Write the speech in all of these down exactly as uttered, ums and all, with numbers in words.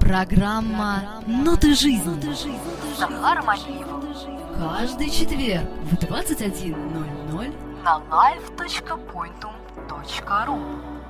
Программа «Ноты жизни» Захаром Алиевым. Каждый четверг в двадцать один ноль ноль на лайв точка поинтум точка ру.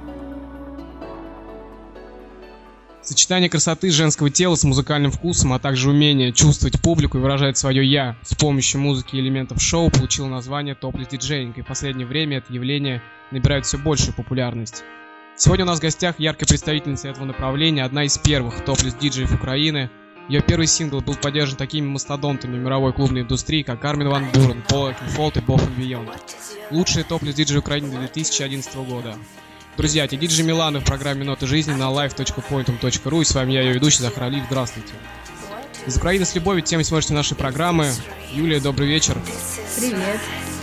Сочетание красоты женского тела с музыкальным вкусом, а также умение чувствовать публику и выражать свое «я» с помощью музыки и элементов шоу получило название топлес диджеинг, и в последнее время это явление набирает все большую популярность. Сегодня у нас в гостях яркая представительница этого направления, одна из первых топлес-диджеев Украины. Ее первый сингл был поддержан такими мастодонтами мировой клубной индустрии, как Армин ван Бурен, Пол Экенфолд и Боффин Бейон. Лучшие топлес-диджеи Украины две тысячи одиннадцатого года. Друзья, это диджей Милана в программе «Ноты жизни» на лайв точка поинтум точка ру, и с вами я, ее ведущий Захар Алиев. Здравствуйте. Из Украины с любовью, тем смотрите нашей программы. Юлия, добрый вечер. Привет.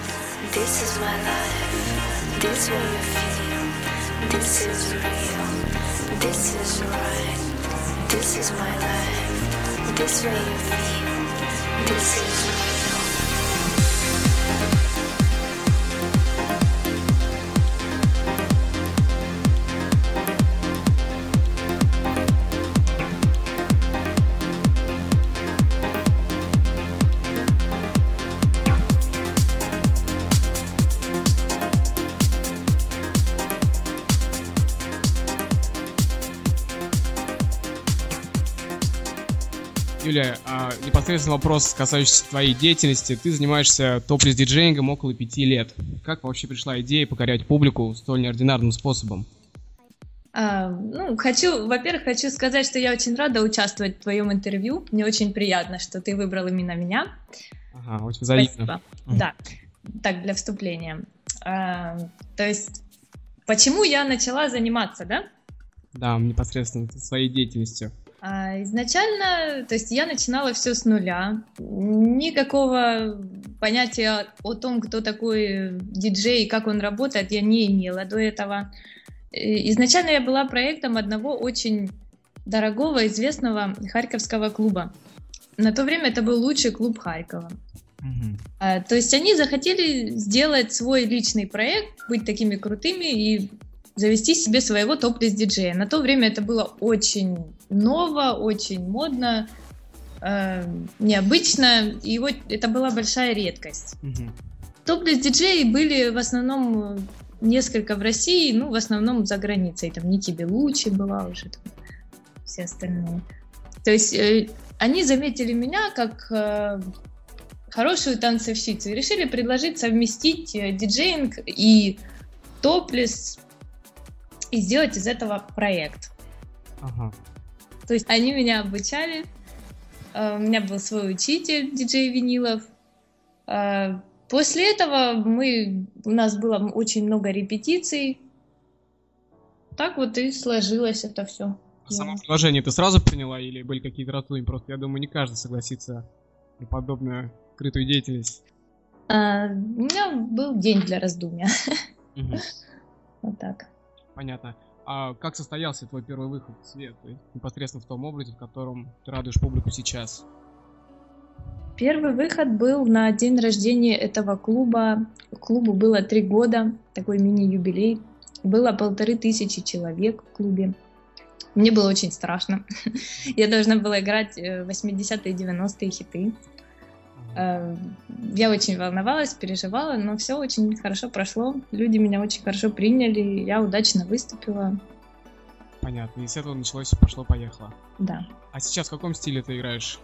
This is real, this is right, this is my life, this way you feel, this is real. Юлия, а, непосредственно вопрос, касающийся твоей деятельности. Ты занимаешься топлес-диджеингом около пяти лет. Как вообще пришла идея покорять публику столь неординарным способом? А, ну, хочу, во-первых, хочу сказать, что я очень рада участвовать в твоем интервью. Мне очень приятно, что ты выбрал именно меня. Ага, очень взаимно. Спасибо. Uh-huh. Да, так, для вступления. А, то есть, почему я начала заниматься, да? Да, непосредственно своей деятельностью. Изначально, то есть я начинала все с нуля, никакого понятия о том, кто такой диджей и как он работает, я не имела до этого. Изначально я была проектом одного очень дорогого, известного харьковского клуба. На то время это был лучший клуб Харькова. Mm-hmm. То есть они захотели сделать свой личный проект, быть такими крутыми и завести себе своего топлес-диджея. На то время это было очень ново, очень модно, э, необычно, и вот это была большая редкость. Mm-hmm. Топлес-диджеи были в основном несколько в России, ну, в основном за границей. Там Ники Белучи была уже, там, все остальные. То есть э, они заметили меня как э, хорошую танцовщицу и решили предложить совместить э, диджеинг и топлес и сделать из этого проект. Ага. То есть они меня обучали, у меня был свой учитель, диджей Винилов. После этого мы, у нас было очень много репетиций. Так вот и сложилось это все. А само предложение ты сразу приняла или были какие-то раздумья? Просто я думаю, не каждый согласится на подобную открытую деятельность. А, у меня был день для раздумья. Угу. Вот так. Понятно. А как состоялся твой первый выход в свет? То есть непосредственно в том образе, в котором ты радуешь публику сейчас? Первый выход был на день рождения этого клуба. Клубу было три года, такой мини-юбилей. Было полторы тысячи человек в клубе. Мне было очень страшно. Я должна была играть восьмидесятые и девяностые хиты. Я очень волновалась, переживала, но все очень хорошо прошло. Люди меня очень хорошо приняли, я удачно выступила. Понятно, и с этого началось, пошло-поехало. Да. А сейчас в каком стиле ты играешь?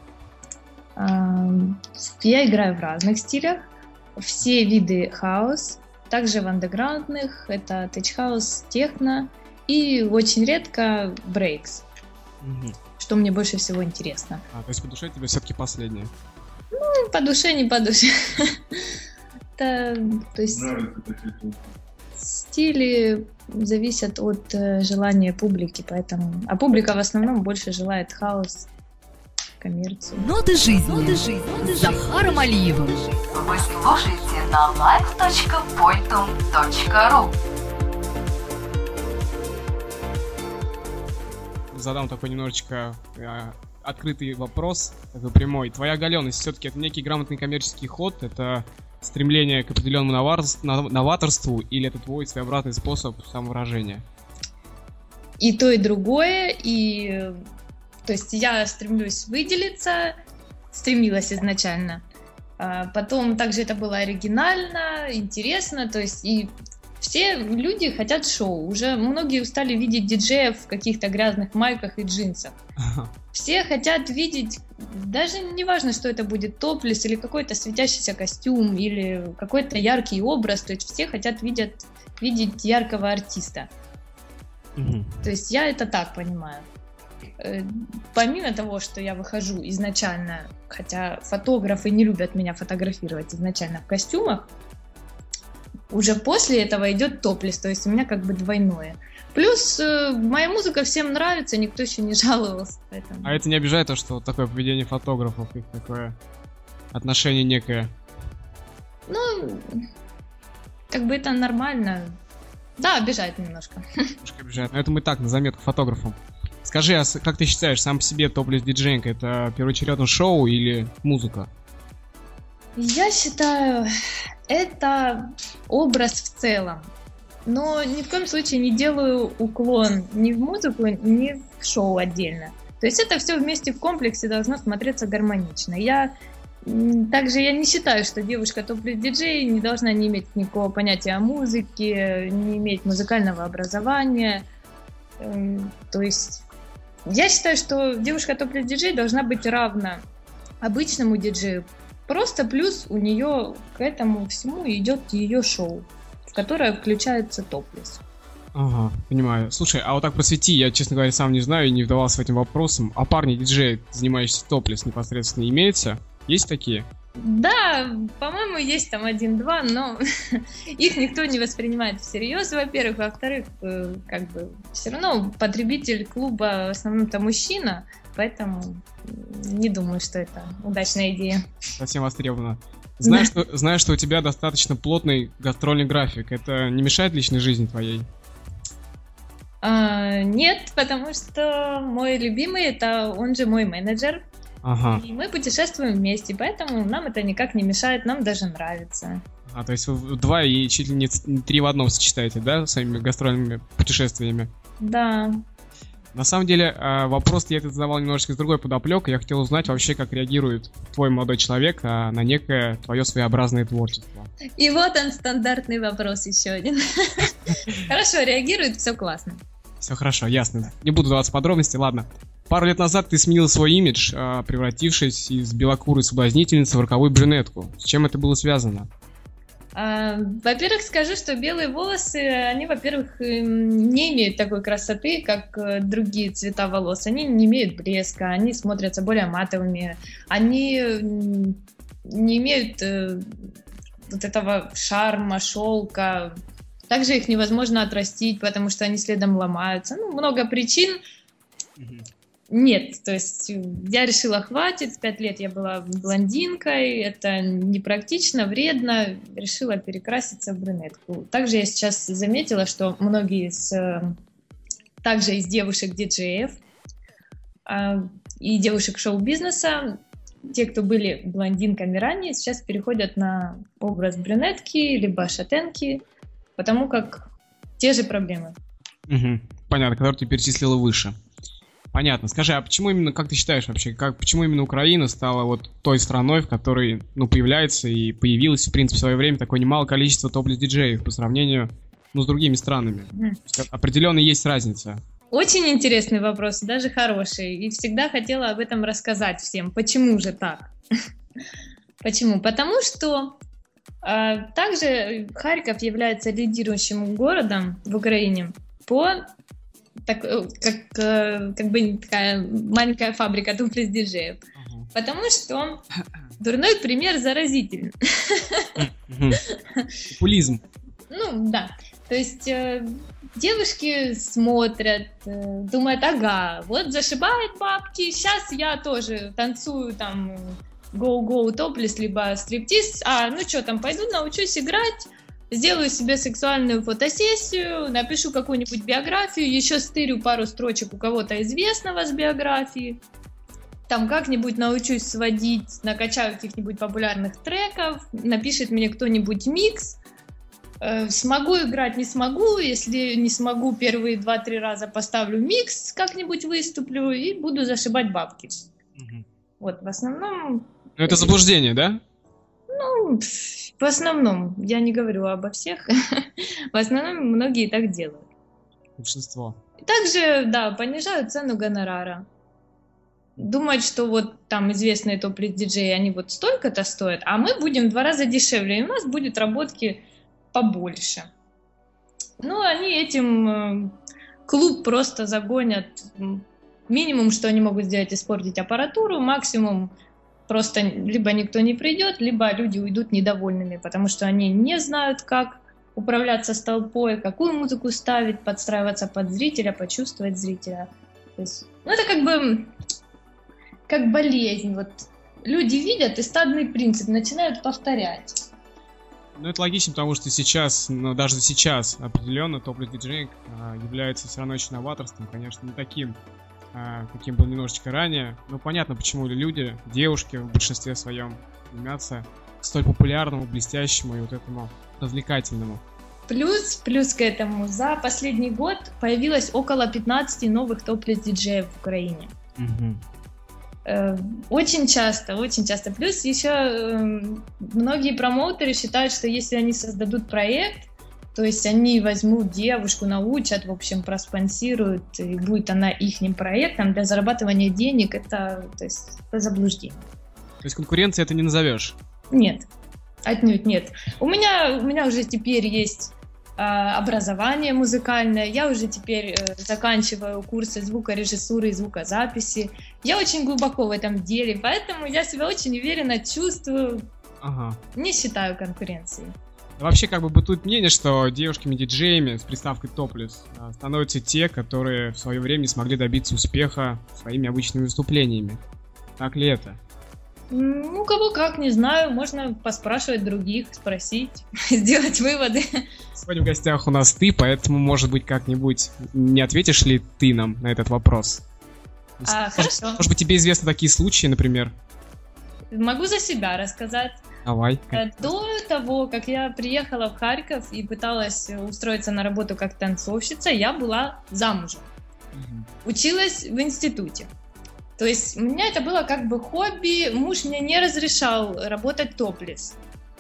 Я играю в разных стилях. Все виды хаус, также в андеграундных, это тech-хаус, техно и очень редко брейкс, угу. Что мне больше всего интересно. А, то есть по душе тебе все-таки последнее? Ну, по душе, не по душе. Это, то есть стили зависят от э, желания публики, поэтому... А публика в основном больше желает хаос, коммерцию. Ноты жизни. Ноты жизни. С Захаром Алиевым. Вы слушаете на лайв точка поинтум точка ру. Задам такой немножечко э, открытый вопрос, такой прямой. Твоя оголенность все-таки это некий грамотный коммерческий ход, это стремление к определенному новаторству или это твой своеобразный способ самовыражения? И то, и другое, и То есть я стремлюсь выделиться, стремилась изначально. А потом также это было оригинально, интересно, то есть и все люди хотят шоу. Уже многие устали видеть диджеев в каких-то грязных майках и джинсах. Все хотят видеть, даже не важно, что это будет топлес или какой-то светящийся костюм или какой-то яркий образ, то есть все хотят видеть, видеть яркого артиста. Mm-hmm. То есть я это так понимаю. Помимо того, что я выхожу изначально, хотя фотографы не любят меня фотографировать изначально в костюмах, уже после этого идет топлес, то есть у меня как бы двойное. Плюс э, моя музыка всем нравится, никто еще не жаловался. Поэтому... А это не обижает то, что вот такое поведение фотографов, их такое отношение некое? Ну, как бы это нормально. Да, обижает немножко. Немножко обижает, но это мы так, на заметку фотографам. Скажи, а как ты считаешь, сам по себе топлес-диджейнг это первоочередно шоу или музыка? Я считаю, это образ в целом. Но ни в коем случае не делаю уклон ни в музыку, ни в шоу отдельно. То есть это все вместе в комплексе должно смотреться гармонично. Я также я не считаю, что девушка топлес-диджей не должна не иметь никакого понятия о музыке, не иметь музыкального образования. То есть я считаю, что девушка топлес-диджей должна быть равна обычному диджею. Просто плюс у нее к этому всему идет ее шоу, в которое включается топлес. Ага, понимаю. Слушай, а вот так просвети, я, честно говоря, сам не знаю и не вдавался в этим вопросом. А парни-диджеи, занимающиеся топлес, непосредственно имеются? Есть такие? Да, по-моему, есть там один-два, но их никто не воспринимает всерьез, во-первых. Во-вторых, как бы все равно потребитель клуба в основном-то мужчина, поэтому не думаю, что это удачная идея. Совсем востребовано. Знаю, что, знаю, что у тебя достаточно плотный гастрольный график. Это не мешает личной жизни твоей? А, нет, потому что мой любимый, это он же мой менеджер. Ага. И мы путешествуем вместе, поэтому нам это никак не мешает, нам даже нравится. А, то есть вы два и чуть ли не три в одном сочетаете, да, своими гастрольными путешествиями? Да. На самом деле, вопрос я этот задавал немножечко с другой подоплекой. Я хотел узнать вообще, как реагирует твой молодой человек на некое твое своеобразное творчество. И вот он, стандартный вопрос еще один. Хорошо, реагирует, все классно. Все хорошо, ясно. Не буду даваться подробности, ладно. Пару лет назад ты сменил свой имидж, превратившись из белокурой соблазнительницы в роковую брюнетку. С чем это было связано? Во-первых, скажу, что белые волосы, они, во-первых, не имеют такой красоты, как другие цвета волос. Они не имеют блеска, они смотрятся более матовыми, они не имеют вот этого шарма, шелка. Также их невозможно отрастить, потому что они следом ломаются. Ну, много причин. Нет, то есть я решила, хватит, пять лет я была блондинкой, это непрактично, вредно, решила перекраситься в брюнетку. Также я сейчас заметила, что многие из, также из девушек-диджеев и девушек шоу-бизнеса, те, кто были блондинками ранее, сейчас переходят на образ брюнетки, либо шатенки, потому как те же проблемы. Угу. Понятно, которые ты перечислила выше. Понятно. Скажи, а почему именно, как ты считаешь вообще, как, почему именно Украина стала вот той страной, в которой, ну, появляется и появилось, в принципе, в свое время такое немалое количество топлес-диджеев по сравнению, ну, с другими странами? Mm. Определенно есть разница. Очень интересный вопрос, даже хороший. И всегда хотела об этом рассказать всем. Почему же так? Почему? Потому что э, также Харьков является лидирующим городом в Украине по... Так, как, как бы такая маленькая фабрика топлес-диджеев. Uh-huh. Потому что дурной пример заразителен. Популизм. Ну, да. То есть э, девушки смотрят, э, думают, ага, вот зашибает бабки, сейчас я тоже танцую там go-go топлес, либо стриптиз, а ну что там, пойду научусь играть, сделаю себе сексуальную фотосессию, напишу какую-нибудь биографию, еще стырю пару строчек у кого-то известного с биографии, там как-нибудь научусь сводить, накачаю каких-нибудь популярных треков, напишет мне кто-нибудь микс, Э, смогу играть, не смогу. Если не смогу, первые два-три раза поставлю микс, как-нибудь выступлю и буду зашибать бабки. Мгм. Вот, в основном... Ну, это заблуждение, да? Ну, пф, в основном, я не говорю обо всех, в основном многие так делают. Большинство. Также, да, понижают цену гонорара. Думать, что вот там известные топ-диджеи, они вот столько-то стоят, а мы будем в два раза дешевле, и у нас будет работки побольше. Ну, они этим э, клуб просто загонят. М, Минимум, что они могут сделать, испортить аппаратуру, максимум просто либо никто не придет, либо люди уйдут недовольными, потому что они не знают, как управляться с толпой, какую музыку ставить, подстраиваться под зрителя, почувствовать зрителя. То есть, ну, это как бы как болезнь. Вот люди видят и стадный принцип начинают повторять. Ну, это логично, потому что сейчас, ну, даже сейчас определенно топ-диджей является все равно очень новаторством, конечно, не таким, а, каким был немножечко ранее. Но понятно, почему люди, девушки в большинстве своем стремятся к столь популярному, блестящему и вот этому развлекательному. Плюс, плюс к этому, за последний год появилось около пятнадцати новых топ-диджеев в Украине. Мгм. Э, Очень часто, очень часто. Плюс еще э, многие промоутеры считают, что если они создадут проект, то есть они возьмут девушку, научат, в общем, проспонсируют, и будет она ихним проектом для зарабатывания денег, это, то есть, это заблуждение. То есть конкуренции это не назовешь. Нет, отнюдь нет. У меня, у меня уже теперь есть а, образование музыкальное, я уже теперь э, заканчиваю курсы звукорежиссуры и звукозаписи. Я очень глубоко в этом деле, поэтому я себя очень уверенно чувствую, Ага. не считаю конкуренцией. Вообще, как бы бытует мнение, что девушками-диджеями с приставкой топлес а, становятся те, которые в свое время не смогли добиться успеха своими обычными выступлениями. Так ли это? М, Ну, кого как, не знаю, можно поспрашивать других, спросить, сделать выводы. Сегодня в гостях у нас ты, поэтому, может быть, как-нибудь не ответишь ли ты нам на этот вопрос? А, Может, хорошо, может быть, тебе известны такие случаи, например? могу за себя рассказать. Давай. Э, До того, как я приехала в Харьков и пыталась э, устроиться на работу как танцовщица, я была замужем. Мгм. Училась в институте. То есть у меня это было как бы хобби, муж мне не разрешал работать топлес.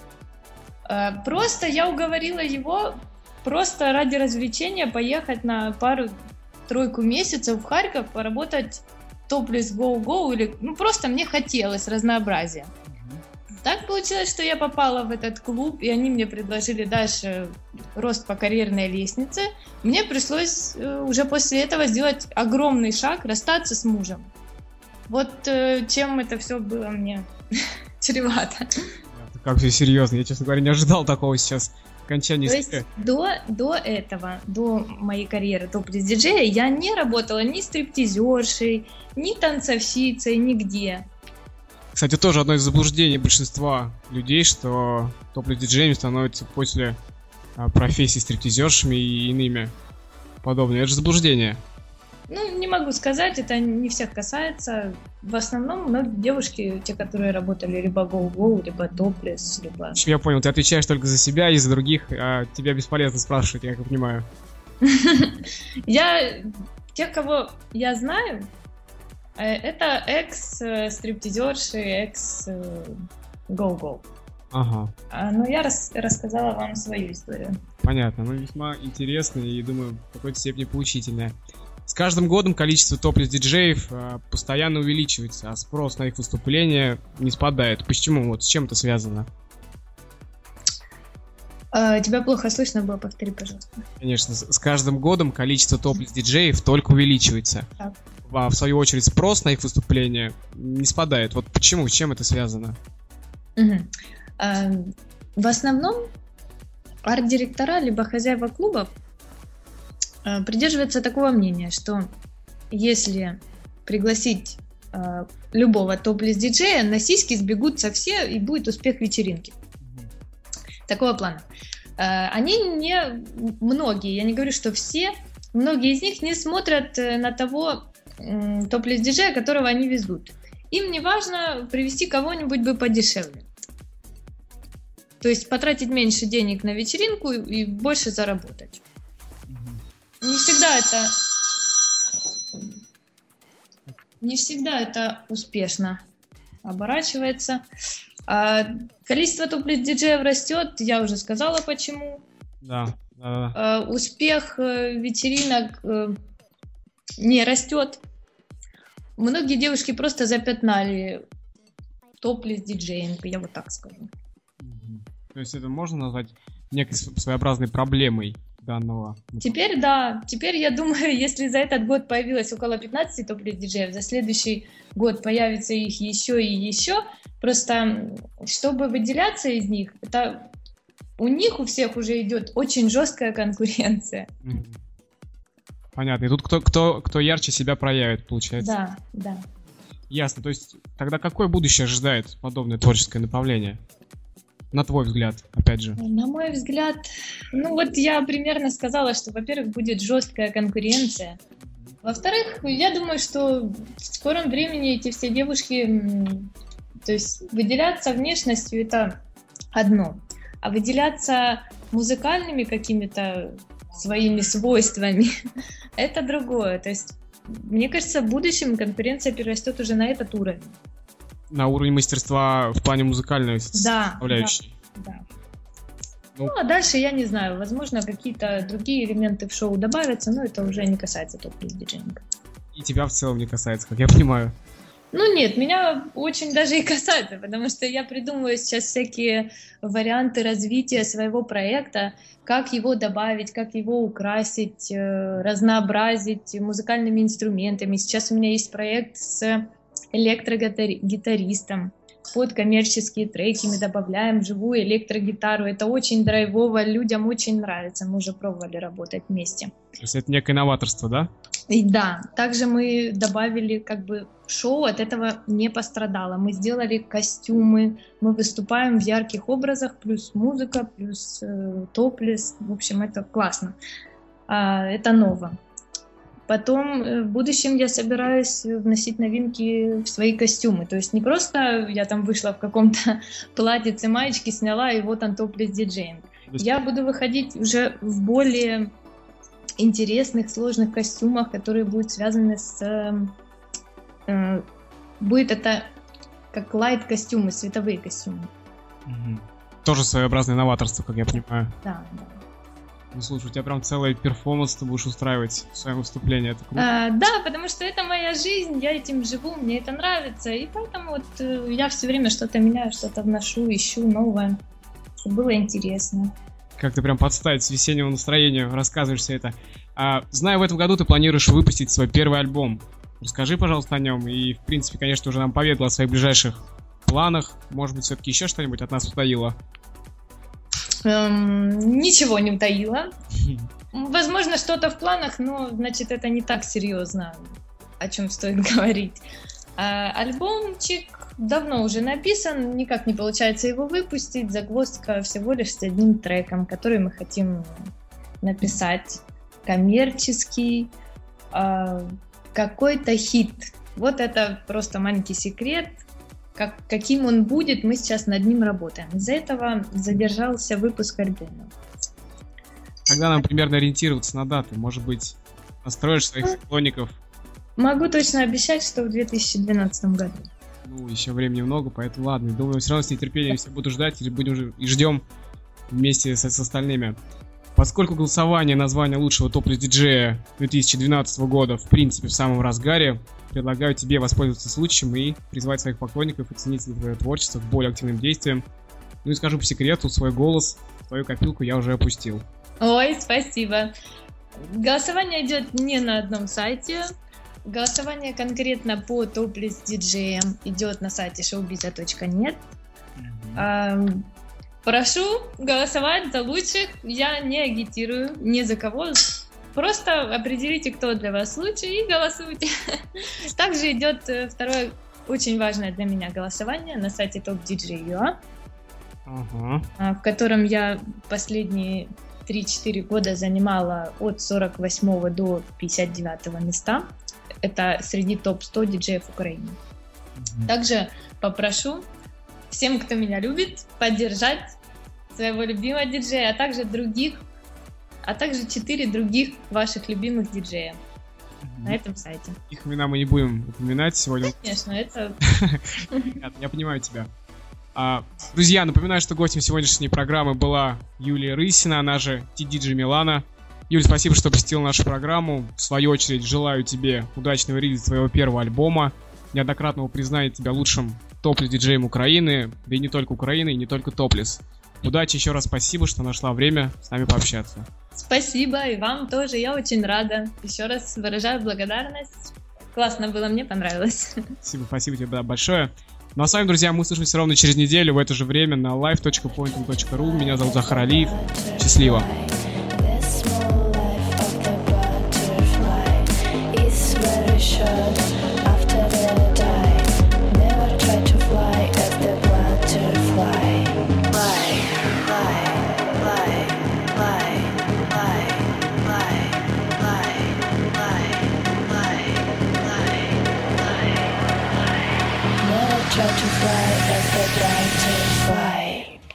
Э, Просто я уговорила его просто ради развлечения поехать на пару-тройку месяцев в Харьков поработать топлес гоу-гоу, или ну просто мне хотелось разнообразия. Так получилось, что я попала в этот клуб, и они мне предложили дальше рост по карьерной лестнице. Мне пришлось э, уже после этого сделать огромный шаг, расстаться с мужем. Вот э, чем это все было мне чревато. Это как все серьезно. Я, честно говоря, не ожидал такого сейчас окончания. То есть до, до этого, до моей карьеры топ-диджея, я не работала ни стриптизершей, ни танцовщицей, нигде. Кстати, тоже одно из заблуждений большинства людей, что топ-диджеями становятся после а, профессии стриптизершами и иными подобными. Это же заблуждение. Ну, не могу сказать, это не всех касается. В основном многие девушки, те, которые работали либо гоу-гоу, либо топлес, либо... В общем, я понял, ты отвечаешь только за себя и за других, а тебя бесполезно спрашивать, я как понимаю. Я, тех, кого я знаю, э, это экс-стриптизерши, экс-гоу-гоу. Ага, А, Ну, я рас- рассказала вам свою историю. понятно. Ну, весьма интересно и, думаю, в какой-то степени поучительно. С каждым годом количество топлес-диджеев а, постоянно увеличивается, а спрос на их выступления не спадает. Почему? Вот с чем это связано? А, Тебя плохо слышно было, повтори, пожалуйста. Конечно, с с каждым годом количество топлес-диджеев только увеличивается. Так. А в свою очередь спрос на их выступления не спадает. Вот почему? С чем это связано? Мгм. А, В основном арт-директора либо хозяева клубов а, придерживаются такого мнения, что если пригласить а, любого топлес-диджея, на сиськи сбегутся все и будет успех вечеринки. Такого плана. А, Они не, многие, я не говорю, что все, многие из них не смотрят э, на того м, топлес-диджея, которого они везут. Им не важно привести кого-нибудь бы подешевле. То есть потратить меньше денег на вечеринку и больше заработать. Не всегда это... Не всегда это успешно оборачивается. А количество топлес-диджеев растет, я уже сказала почему. Да, да, да. А успех вечеринок не растет. Многие девушки просто запятнали топлес-диджеинг, я вот так скажу. То есть это можно назвать некой своеобразной проблемой данного? Теперь да. Теперь, я думаю, если за этот год появилось около пятнадцати топлес-диджеев, за следующий год появится их еще и еще. Просто, чтобы выделяться из них, это у них у всех уже идет очень жесткая конкуренция. Понятно. И тут кто, кто, кто ярче себя проявит, получается. Да, да. Ясно. То есть тогда какое будущее ожидает подобное творческое направление? На твой взгляд, опять же. На мой взгляд, ну вот я примерно сказала, что, во-первых, будет жесткая конкуренция. Во-вторых, я думаю, что в скором времени эти все девушки, то есть выделяться внешностью — это одно, а выделяться музыкальными какими-то своими свойствами — это другое. То есть, мне кажется, в будущем конкуренция перерастет уже на этот уровень. На уровень мастерства в плане музыкальной составляющей. Да, да. Ну, ну, а дальше я не знаю, возможно, какие-то другие элементы в шоу добавятся, но это уже не касается топлес-диджеинга. И тебя в целом не касается, как я понимаю. Ну нет, меня очень даже и касается, потому что я придумываю сейчас всякие варианты развития своего проекта, как его добавить, как его украсить, разнообразить музыкальными инструментами. Сейчас у меня есть проект с электрогитаристом. Под коммерческие треки мы добавляем живую электрогитару. Это очень драйвово, людям очень нравится. Мы уже пробовали работать вместе. То есть это некое новаторство, да? И да, также мы добавили, как бы, шоу от этого не пострадало. Мы сделали костюмы, мы выступаем в ярких образах, плюс музыка, плюс э, топлес. В общем, это классно. А, это ново. Потом в будущем я собираюсь вносить новинки в свои костюмы. То есть не просто я там вышла в каком-то платьице, маечке, сняла, и вот он топлес-диджеинг. Я буду выходить уже в более интересных, сложных костюмах, которые будут связаны с... Э, будет это как лайт-костюмы, световые костюмы. Угу. Тоже своеобразное новаторство, как я понимаю. Да, да. Ну, слушай, у тебя прям целый перформанс ты будешь устраивать в своем выступлении, это круто. А, да, потому что это моя жизнь, я этим живу, мне это нравится, и поэтому вот э, я все время что-то меняю, что-то вношу, ищу новое, чтобы было интересно. Как ты прям подставить с весеннего настроения рассказываешь все это. А, знаю, в этом году ты планируешь выпустить свой первый альбом. Расскажи, пожалуйста, о нем, и, в принципе, конечно, уже нам поведала о своих ближайших планах. Может быть, все-таки еще что-нибудь от нас утаила? Эм, ничего не утаила. Возможно, что-то в планах, но, значит, это не так серьезно, о чем стоит говорить. А альбомчик давно уже написан, никак не получается его выпустить. Загвоздка всего лишь с одним треком, который мы хотим написать. Коммерческий, а, какой-то хит. Вот это просто маленький секрет. Как, каким он будет, мы сейчас над ним работаем. Из-за этого задержался выпуск альбома. Когда нам примерно ориентироваться на даты? Может быть, настроишь своих поклонников? Могу точно обещать, что в две тысячи двенадцатом году. Ну, еще времени много, поэтому ладно. Думаю, все равно с нетерпением все буду ждать и будем уже и ждем вместе с, с остальными. Поскольку голосование на звание лучшего топлес-диджея две тысячи двенадцатого года в принципе в самом разгаре, предлагаю тебе воспользоваться случаем и призвать своих поклонников оценить твое творчество к более активным действиям. Ну и скажу по секрету, свой голос, свою копилку я уже опустил. Ой, спасибо. Голосование идет не на одном сайте. Голосование конкретно по топлес-диджеям идет на сайте шоубиза точка нет. Mm-hmm. Прошу голосовать за лучших. Я не агитирую ни за кого. Просто определите, кто для вас лучший, и голосуйте. Также идет второе очень важное для меня голосование на сайте топ диджей точка ю а, uh-huh. в котором я последние три-четыре года занимала от сорок восьмого до пятьдесят девятого места. Это среди топ сто диджеев Украины. Uh-huh. Также попрошу всем, кто меня любит, поддержать своего любимого диджея, а также других, а также четыре других ваших любимых диджея mm-hmm. на этом сайте. Их имена мы не будем упоминать сегодня. Конечно, это... Я понимаю тебя. А, друзья, напоминаю, что гостем сегодняшней программы была Юлия Рысина, она же Ти-диджей Милана. Юль, спасибо, что посетила нашу программу. В свою очередь, желаю тебе удачного релиза твоего первого альбома, неоднократного признания тебя лучшим топлес-диджеем Украины, да и не только Украины, и не только топлес. Удачи, еще раз спасибо, что нашла время с нами пообщаться. Спасибо, и вам тоже, я очень рада. Еще раз выражаю благодарность. Классно было, мне понравилось. Спасибо, спасибо тебе большое. Ну а с вами, друзья, мы услышимся ровно через неделю в это же время на лайв точка поинтум точка ру. Меня зовут Захар Алиев. Счастливо! Try to fly as the butterfly.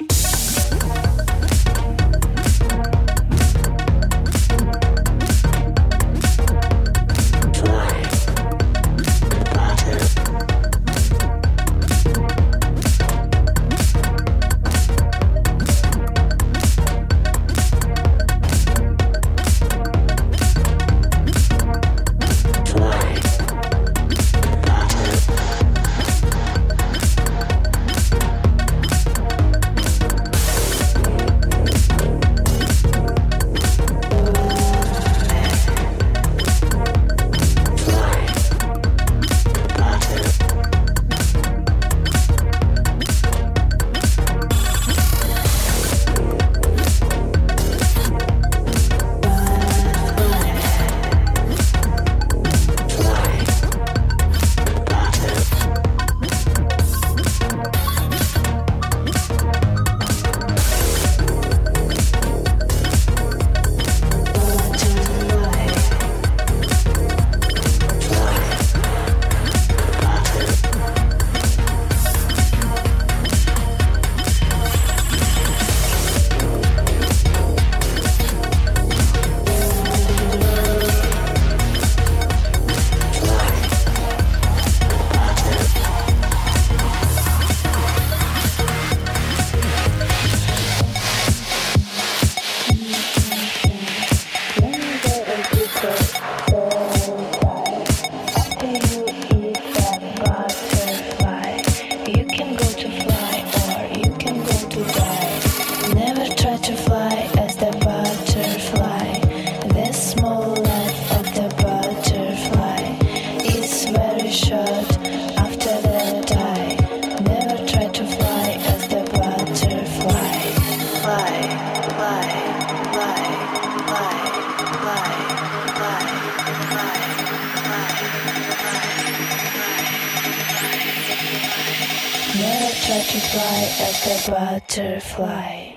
Butterfly.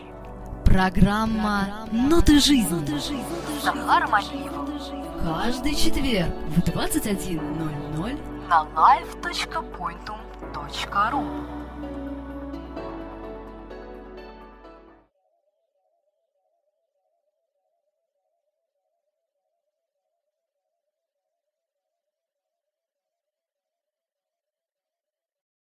Программа «Ноты жизни» с Захаром Алиевым. Каждый четверг в двадцать один ноль ноль на лайв точка поинтум точка ру.